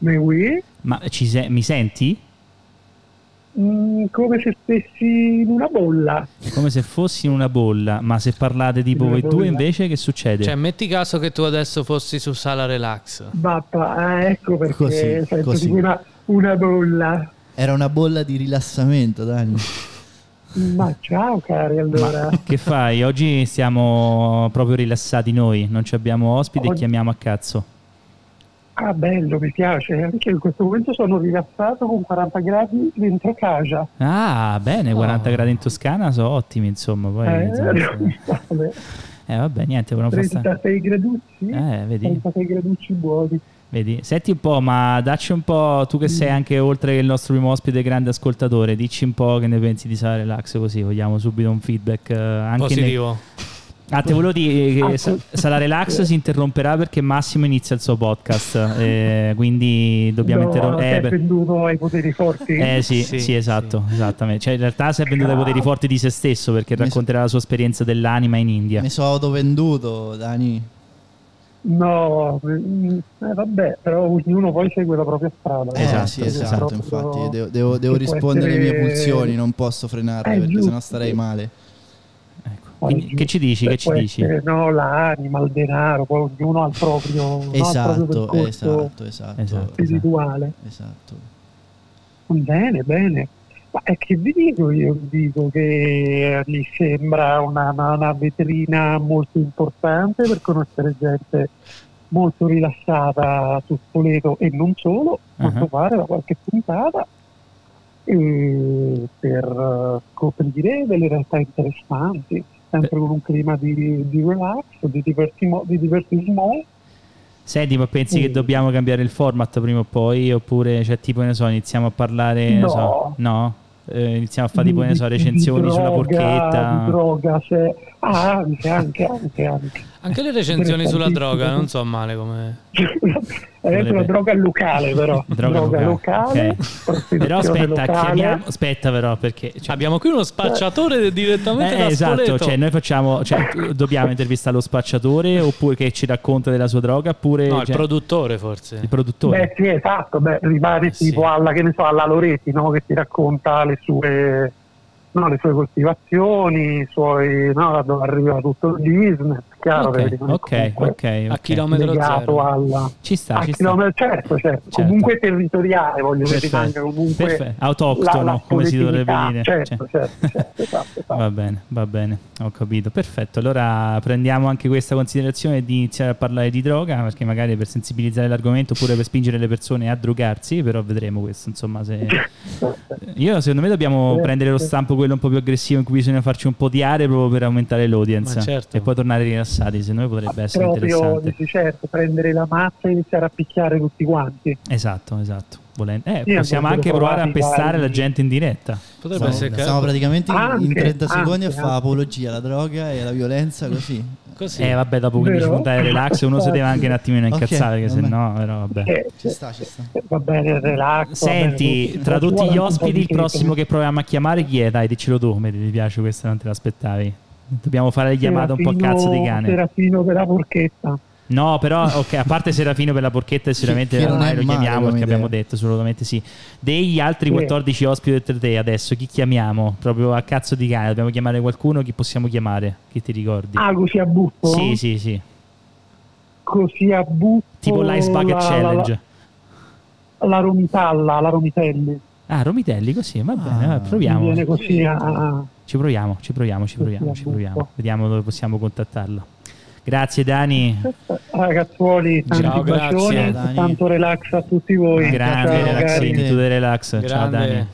Mais oui. Ma mi senti? Come se stessi in una bolla. Come se fossi in una bolla, ma se parlate tipo voi due invece che succede? Cioè metti caso che tu adesso fossi su Sala Relax. Ecco perché Così, sento così. tipo una bolla. Era una bolla di rilassamento, Dani. Ma ciao cari, allora. Ma che fai? Oggi stiamo proprio rilassati noi, non ci abbiamo ospiti e chiamiamo a cazzo. Ah, bello, mi piace. Anche in questo momento sono rilassato con 40 gradi dentro casa. Ah, bene, 40 gradi in Toscana sono ottimi, insomma. Poi, vabbè, niente, 36 graducci. Vedi. 36 graducci buoni. Vedi, senti un po', ma dacci un po', tu che sei anche oltre che il nostro primo ospite grande ascoltatore, dici un po' che ne pensi di Sala Relax, così vogliamo subito un feedback anche positivo. Te volevo dire che Sala Relax si interromperà perché Massimo inizia il suo podcast, quindi dobbiamo interrompere. Si è venduto ai poteri forti? Sì, esatto, esattamente. Cioè in realtà si è venduto ai poteri forti di se stesso perché racconterà la sua esperienza dell'anima in India. Mi sono autovenduto, Dani. No, vabbè, però ognuno poi segue la propria strada. Esatto, infatti devo rispondere alle mie pulsioni, non posso frenarle perché sennò starei male. Quindi, che ci dici? No, l'anima, il denaro, poi ognuno ha il proprio, percorso spirituale. Esatto. Bene. Ma è che vi dico, io dico che mi sembra una vetrina molto importante per conoscere gente molto rilassata su Spoleto e non solo, quanto pare da qualche puntata, per scoprire delle realtà interessanti, sempre con un clima di relax, di divertismo. Senti, ma pensi che dobbiamo cambiare il format prima o poi? Oppure, cioè, tipo, ne so, iniziamo a parlare, no? Iniziamo a fare tipo, ne so, recensioni sulla porchetta. Di droga, anche le recensioni sulla droga non so male come. Adesso la droga locale, però droga locale, okay. Però aspetta però, perché abbiamo qui uno spacciatore direttamente da esatto, Spoleto. cioè noi facciamo, dobbiamo intervistare lo spacciatore oppure che ci racconta della sua droga, oppure il produttore, forse il produttore. Sì, esatto, rimane tipo alla Loretti, no? Che ti racconta le sue coltivazioni, i suoi, da dove arriva tutto il business, chiaro. Ok. A chilometro zero. Ci sta. Certo. Comunque territoriale, voglio che rimanga comunque autoctono, come si dovrebbe dire. Certo. Esatto. Va bene, ho capito. Perfetto, allora prendiamo anche questa considerazione di iniziare a parlare di droga, perché magari per sensibilizzare l'argomento oppure per spingere le persone a drogarsi, però vedremo questo, insomma, se secondo me dobbiamo prendere lo stampo quello un po' più aggressivo in cui bisogna farci un po' di aria proprio per aumentare l'audience, e poi tornare rilassati, se no potrebbe essere interessante. Certo, prendere la mazza e iniziare a picchiare tutti quanti. Esatto. Possiamo anche provare a pestare la gente in diretta. Potrebbe essere stiamo praticamente in 30 secondi a fare apologia alla droga e alla violenza, così. Vabbè, dopo 15 puntate di relax uno si deve anche un attimino incazzare, perché sennò però vabbè. Ci sta. Va bene, relax. Senti, tra tutti gli ospiti il prossimo che proviamo a chiamare chi è? Dai, diccelo tu, come ti piace, questa non te l'aspettavi. Dobbiamo fare le chiamate un po' a cazzo di cane. Serafino per la porchetta. No, però, ok, a parte Serafino per la porchetta, sicuramente ormai lo chiamiamo, perché abbiamo detto, assolutamente sì. Degli altri 14 ospiti del 3 adesso, chi chiamiamo? Proprio a cazzo di cane, dobbiamo chiamare qualcuno, chi possiamo chiamare? Chi ti ricordi? Così a butto? Sì. Così a butto? Tipo l'Ice Bucket Challenge. La Romitelli. Romitelli, così, va bene, proviamo. Viene così Ci proviamo. Vediamo dove possiamo contattarlo. Grazie Dani. Ragazzuoli, tanti bacioni, tanto relax a tutti voi. Grande relaxini, tu relax. Ciao Dani.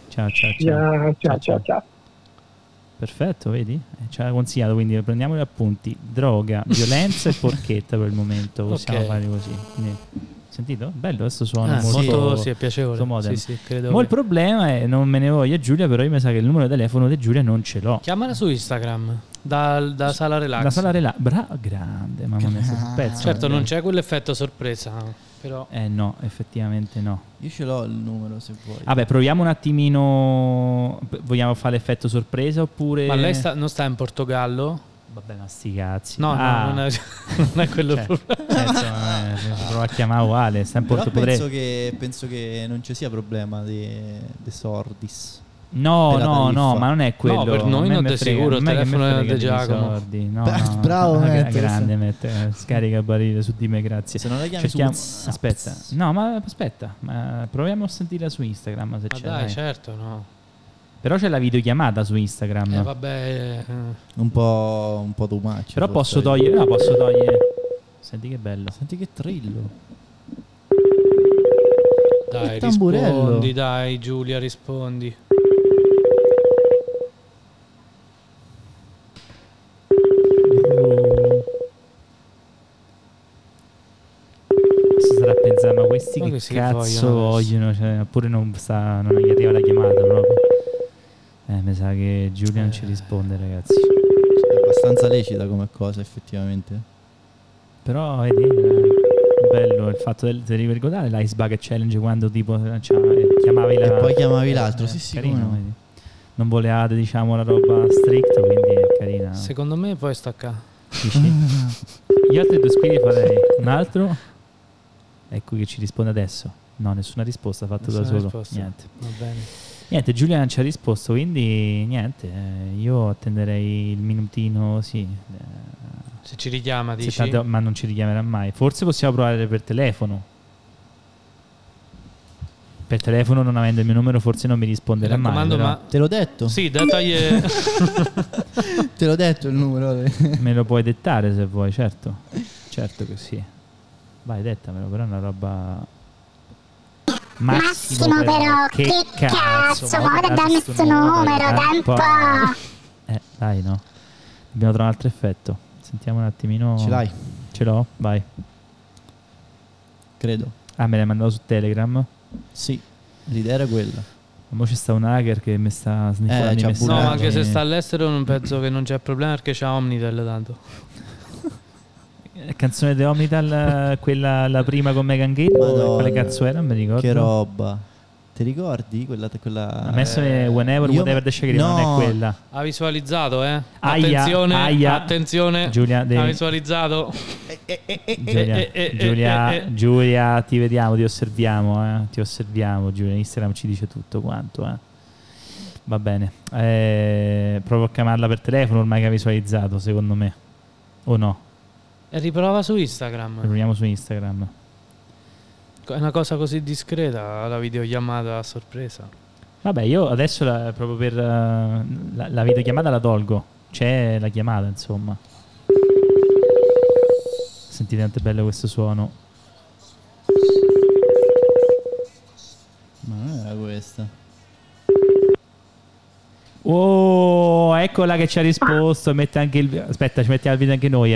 Ciao. Perfetto, vedi? Ci ha consigliato, quindi prendiamo gli appunti. Droga, violenza e porchetta per il momento. Possiamo fare così. Quindi, sentito? Bello, questo suona molto è piacevole. Sì, credo. Il problema è, non me ne voglia Giulia, però io mi sa che il numero di telefono di Giulia non ce l'ho. Chiamala su Instagram. Da Sala Relax. Da Sala Relax. Grande, mamma mia, pezzo. Certo, non c'è quell'effetto sorpresa, però. No, effettivamente no. Io ce l'ho il numero, se vuoi. Vabbè, proviamo un attimino. Vogliamo fare l'effetto sorpresa oppure. Ma lei non sta in Portogallo? Vabbè, ma sti cazzi. No, non è quello il problema. Provo a chiamare uguale. Penso che non ci sia problema di sordis. No, ma non è quello. No, per noi non è sicuro. Il telefono è di Giacomo. Bravo, grande, scarica a barile su di me, grazie. Se non la chiami su aspetta. No, ma aspetta, proviamo a sentirla su Instagram se c'è. Dai, certo, no. Però c'è la videochiamata su Instagram. Vabbè, un po' too much. Però posso togliere. No, posso togliere. Senti che bello. Senti che trillo. Dai, rispondi, dai, Giulia, rispondi. Starà pensando, ma questi che cazzo vogliono? Cioè, oppure non gli arriva la chiamata proprio. Mi sa che Giulia non ci risponde, ragazzi. È abbastanza lecita come cosa, effettivamente. Però vedi, bello il fatto ti ricordare l'Ice Bucket Challenge quando tipo chiamavi e poi chiamavi l'altro, sì, carino, no? Non volevate, diciamo, la roba strict, quindi è carina. Secondo me poi stacca. Gli altri 2 squilli farei un altro. Ecco che ci risponde adesso. No, nessuna risposta, fatto da solo. Niente. Va bene. Niente, Giulia non ci ha risposto, quindi niente, io attenderei il minutino, sì. Se ci richiama, dici? Ma non ci richiamerà mai. Forse possiamo provare per telefono. Per telefono, non avendo il mio numero, forse non mi risponderà mai. Ma te l'ho detto? Sì, te l'ho detto il numero. Me lo puoi dettare se vuoi, certo. Certo che sì. Vai, dettamelo, però è una roba... Massimo però, che cazzo, ora dammi sto numero, dai un po'. Dai, no. Dobbiamo trovare un altro effetto. Sentiamo un attimino. Ce l'hai? Ce l'ho, vai. Credo. Me l'hai mandato su Telegram? Sì, l'idea era quella. Ma c'è sta un hacker che mi sta sniffando i messaggi. No, anche se sta all'estero non penso che non c'è problema perché c'ha Omnitel tanto. Canzone di Omnital, quella la prima con Megan Gale, quale cazzo era? Non mi ricordo. Che roba. Ti ricordi? Quella... Ha messo Whenever, Whatever the Shake, no. Non è quella. Ha visualizzato, Attenzione. Giulia, ha visualizzato. Giulia, ti vediamo, ti osserviamo, Giulia, Instagram ci dice tutto quanto, Va bene. Provo a chiamarla per telefono ormai che ha visualizzato, secondo me. O no? E riprova su Instagram. Proviamo su Instagram. È una cosa così discreta la videochiamata a sorpresa. Vabbè, io adesso proprio per la videochiamata la tolgo. C'è la chiamata, insomma. Sentite quanto è bello questo suono. Ma non era questa. Oh, eccola che ci ha risposto. Mette anche il... Aspetta, ci mettiamo il video anche noi,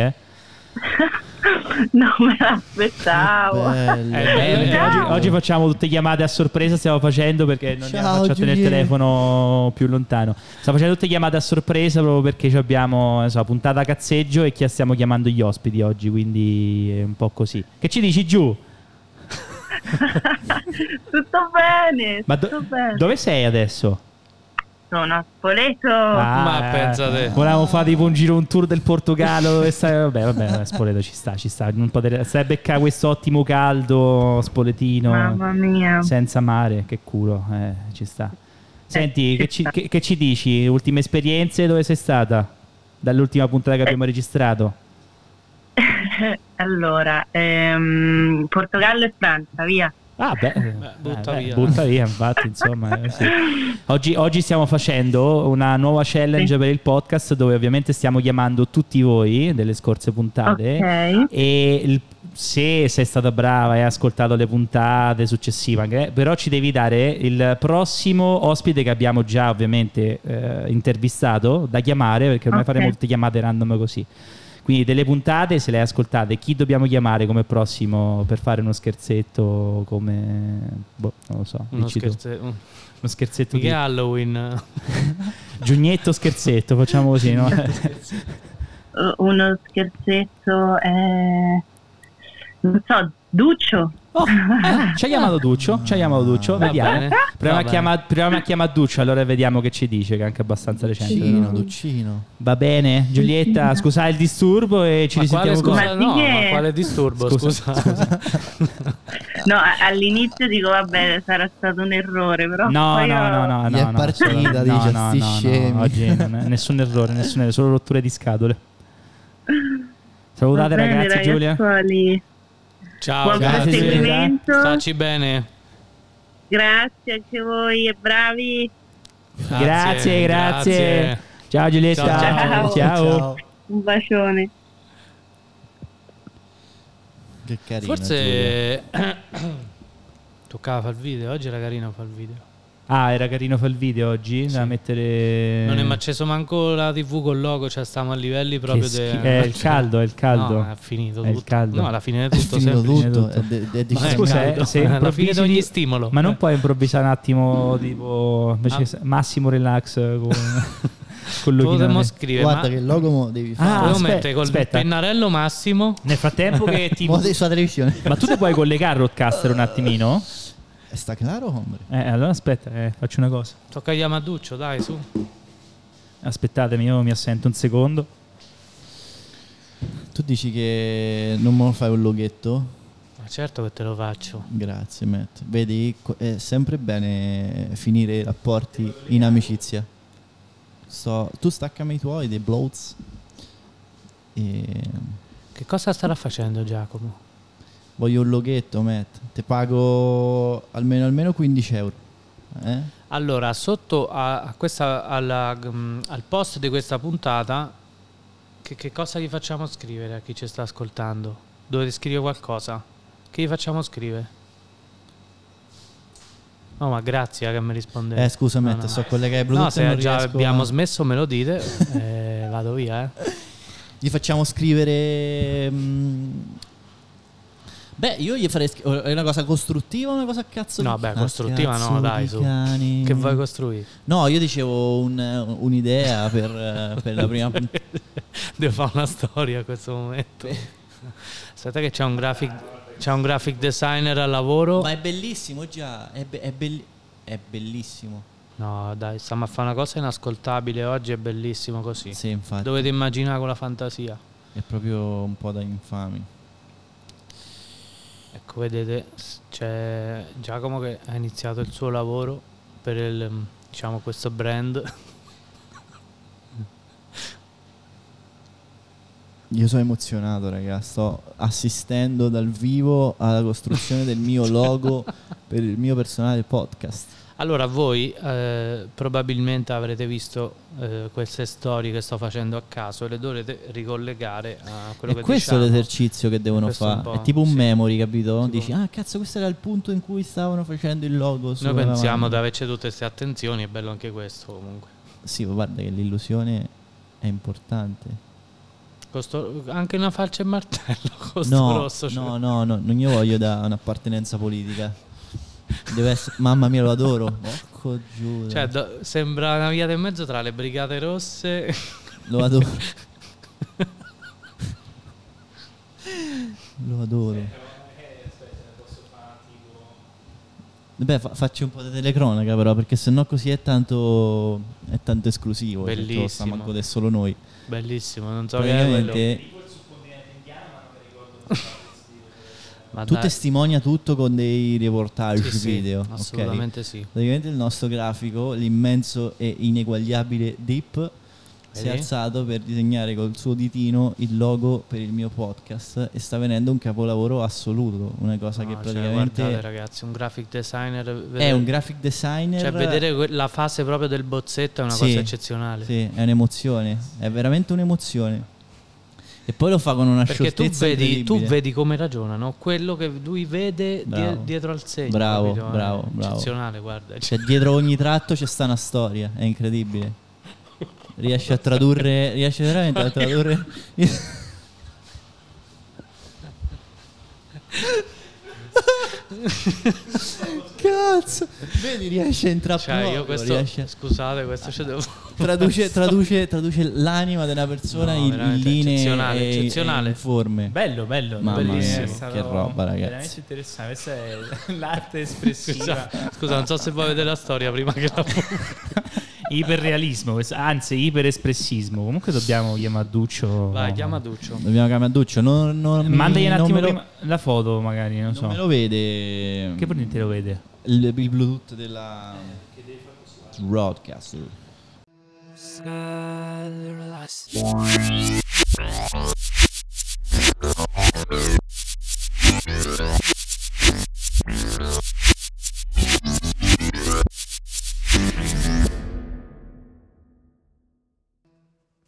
Non me l'aspettavo. Oggi facciamo tutte chiamate a sorpresa. Stiamo facendo perché non faccio tenere il telefono più lontano. Stiamo facendo tutte chiamate a sorpresa proprio perché abbiamo puntata a cazzeggio e stiamo chiamando gli ospiti oggi. Quindi è un po' così. Che ci dici, Giù? Tutto bene. Ma bene. Dove sei adesso? Sono a Spoleto. Ma pensate. Volevamo fare tipo un tour del Portogallo dove stai. Vabbè, Spoleto ci sta. Non stai beccare questo ottimo caldo spoletino. Mamma mia. Senza mare, che culo, ci sta. Senti, che ci dici? Ultime esperienze, dove sei stata? Dall'ultima puntata che abbiamo registrato. Allora, Portogallo e Francia, via. Butta via, infatti, insomma. Sì. Oggi stiamo facendo una nuova challenge per il podcast dove ovviamente stiamo chiamando tutti voi delle scorse puntate e se sei stata brava e hai ascoltato le puntate successive, però ci devi dare il prossimo ospite che abbiamo già ovviamente intervistato da chiamare, perché ormai faremo tutte chiamate random così. Quindi delle puntate, se le hai ascoltate, chi dobbiamo chiamare come prossimo per fare uno scherzetto come... non lo so. Uno scherzetto di Halloween. Giugnetto scherzetto, facciamo così, no? Uno scherzetto è... non so, Duccio. Ci ha chiamato Duccio, vediamo. Proviamo a chiamare Duccio, allora vediamo che ci dice, che è anche abbastanza recente. Duccino. Va bene, Giulietta, scusa il disturbo e ci risentiamo con... No, ma quale disturbo? Scusa. No, all'inizio dico vabbè, sarà stato un errore, però No, è partita, dice, sti scemi. oggi non è nessun errore, solo rotture di scatole. Salutate ragazzi, Giulia. Ciao, buon proseguimento. Staci bene. Grazie anche voi e bravi. Grazie. Ciao Giulietta. Ciao. Un bacione. Che carino. Forse toccava fare il video. Oggi era carino fare il video. Era carino fare il video oggi, da mettere... Non è mai acceso manco la TV col logo, cioè stiamo a livelli proprio è il caldo. No, è finito tutto. Il caldo. No, alla fine è tutto finito semplice. tutto. Ma scusa, se alla fine di ogni stimolo. Ma non puoi improvvisare un attimo tipo invece massimo relax con potremmo scrivere. Guarda che il logo devi fare. Lo mette col pennarello massimo. Nel frattempo che ti sulla televisione. Ma tu ti puoi collegare al roadcaster un attimino? Sta chiaro, hombre? Allora aspetta, faccio una cosa. Tocca a Yamaduccio, dai, su. Aspettatemi, io mi assento un secondo. Tu dici che non me lo fai un loghetto? Ma certo che te lo faccio. Grazie, Matt. Vedi, è sempre bene finire i rapporti in amicizia. Tu staccami i tuoi, dei bloats. Che cosa starà facendo Giacomo? Voglio un loghetto, Matt. Ti pago almeno 15 euro. Allora, sotto al post di questa puntata, che cosa gli facciamo scrivere a chi ci sta ascoltando? Dovete scrivere qualcosa? Che gli facciamo scrivere? No, ma grazie che mi rispondete. Scusa, Matt, sto collegando Bluetooth. No, se già abbiamo smesso me lo dite, vado via. Gli facciamo scrivere... Beh, io gli farei è una cosa costruttiva o una cosa a cazzo di... No, beh, costruttiva no, dai, su. Cani. Che vuoi costruire? No, io dicevo un'idea per la prima... Devo fare una storia a questo momento. Aspetta che c'è un graphic designer al lavoro. Ma è bellissimo già, è bellissimo. No, dai, stiamo a fare una cosa inascoltabile oggi, è bellissimo così. Sì, infatti. Dovete immaginare con la fantasia. È proprio un po' da infami. Ecco, vedete, c'è Giacomo che ha iniziato il suo lavoro per questo brand. Io sono emozionato, raga. Sto assistendo dal vivo alla costruzione del mio logo per il mio personale podcast. Allora, voi probabilmente avrete visto queste storie che sto facendo a caso e le dovrete ricollegare a quello che diciamo. Questo è l'esercizio che devono fare. È tipo un memory, capito? Tipo... Dici, cazzo, questo era il punto in cui stavano facendo il logo. Noi pensiamo di averci tutte queste attenzioni, è bello anche questo comunque. Sì, ma guarda che l'illusione è importante. Anche una falce e martello rosso. No, non io voglio da un'appartenenza politica. Deve essere, mamma mia, lo adoro. Porco giù. Cioè, sembra una via del mezzo tra le Brigate Rosse. Lo adoro. Lo adoro. Beh, faccio un po' di telecronaca però, perché sennò così è tanto esclusivo. Bellissimo. Lo stiamo a godere solo noi. Bellissimo, non so praticamente tu testimonia tutto con dei reportage video. Assolutamente okay? Sì. Praticamente il nostro grafico, l'immenso e ineguagliabile Deep, si è alzato per disegnare col suo ditino il logo per il mio podcast e sta venendo un capolavoro assoluto, una cosa che praticamente... Guardate ragazzi, un graphic designer... È un graphic designer... Cioè vedere la fase proprio del bozzetto è una cosa eccezionale. Sì, è un'emozione, è veramente un'emozione. E poi lo fa con una scioltezza incredibile. Tu vedi come ragionano, quello che lui vede dietro al segno. Bravo. Eccezionale, guarda. Cioè dietro ogni tratto c'è sta una storia, è incredibile. Riesce veramente a tradurre. cazzo. Vedi, riesce a entrare io questo, scusate, questo c'è devo... traduce l'anima della persona in linee eccezionale. In forme. Bello, Mamma bellissimo. mia, che roba, ragazzi. Veramente interessante. Questa è l'arte espressiva. Scusa, non so se vuoi vedere la storia prima che la Iperrealismo, anzi iperespressismo. Comunque dobbiamo chiamare Duccio. Vai, chiama Duccio. Dobbiamo chiamare Duccio. Mandagli un attimo prima la foto, magari. Non so. me lo vede. Che te lo vede? Il Bluetooth della Rodecaster.